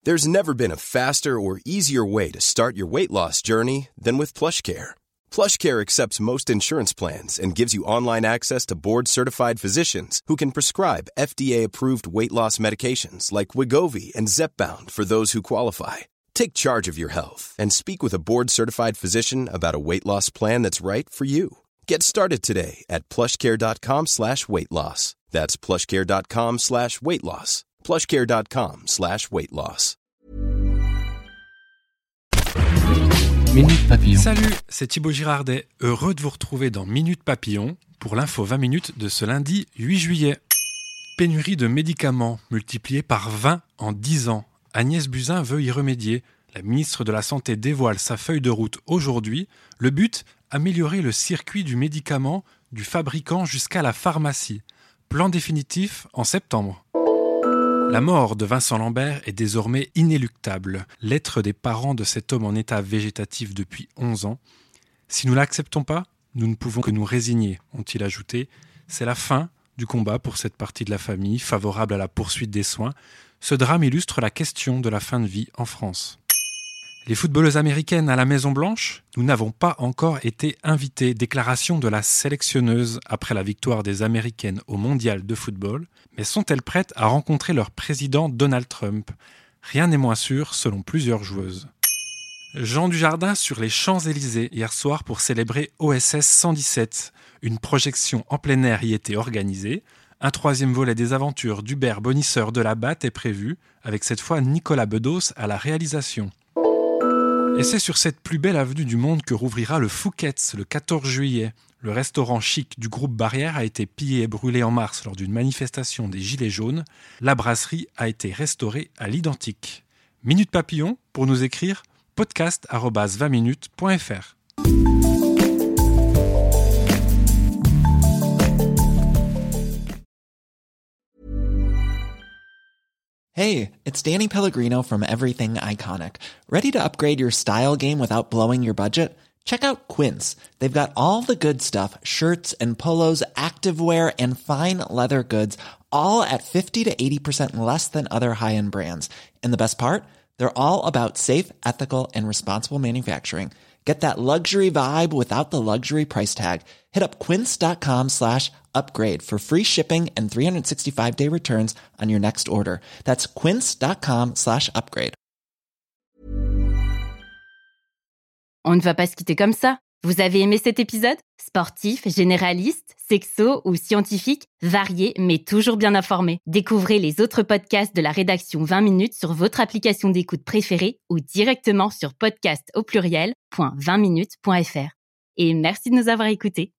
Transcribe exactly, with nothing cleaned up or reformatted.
There's never been a faster or easier way to start your weight loss journey than with PlushCare. PlushCare accepts most insurance plans and gives you online access to board-certified physicians who can prescribe F D A-approved weight loss medications like Wegovy and Zepbound for those who qualify. Take charge of your health and speak with a board-certified physician about a weight loss plan that's right for you. Get started today at plushcare.com slash weight loss. That's plushcare.com slash weight loss. plushcare.com slash weight loss. Minute Papillon. Salut, c'est Thibaut Girardet, heureux de vous retrouver dans Minute Papillon pour l'info vingt minutes de ce lundi huit juillet. Pénurie de médicaments multipliée par vingt en dix ans. Agnès Buzyn veut y remédier. La ministre de la Santé dévoile sa feuille de route aujourd'hui. Le but, améliorer le circuit du médicament, du fabricant jusqu'à la pharmacie. Plan définitif en septembre. La mort de Vincent Lambert est désormais inéluctable. L'être des parents de cet homme en état végétatif depuis onze ans. Si nous ne l'acceptons pas, nous ne pouvons que nous résigner, ont-ils ajouté. C'est la fin du combat pour cette partie de la famille, favorable à la poursuite des soins. Ce drame illustre la question de la fin de vie en France. Les footballeuses américaines à la Maison-Blanche, nous n'avons pas encore été invités. Déclaration de la sélectionneuse après la victoire des Américaines au Mondial de football. Mais sont-elles prêtes à rencontrer leur président Donald Trump ? Rien n'est moins sûr selon plusieurs joueuses. Jean Dujardin sur les Champs-Élysées hier soir pour célébrer O S S cent dix-sept. Une projection en plein air y était organisée. Un troisième volet des aventures d'Hubert Bonisseur de la Batte est prévu, avec cette fois Nicolas Bedos à la réalisation. Et c'est sur cette plus belle avenue du monde que rouvrira le Fouquet's le quatorze juillet. Le restaurant chic du groupe Barrière a été pillé et brûlé en mars lors d'une manifestation des Gilets jaunes. La brasserie a été restaurée à l'identique. Minute Papillon, pour nous écrire, podcast arobase vingt minutes point f r. Hey, it's Danny Pellegrino from Everything Iconic. Ready to upgrade your style game without blowing your budget? Check out Quince. They've got all the good stuff, shirts and polos, activewear, and fine leather goods, all at fifty to eighty percent less than other high-end brands. And the best part? They're all about safe, ethical, and responsible manufacturing. Get that luxury vibe without the luxury price tag. Hit up quince.com slash upgrade for free shipping and three sixty-five day returns on your next order. That's quince.com slash upgrade. On ne va pas se quitter comme ça. Vous avez aimé cet épisode ? Sportif, généraliste, sexo ou scientifique, varié mais toujours bien informé. Découvrez les autres podcasts de la rédaction vingt minutes sur votre application d'écoute préférée ou directement sur podcast au pluriel point vingt minutes point f r. Et merci de nous avoir écoutés.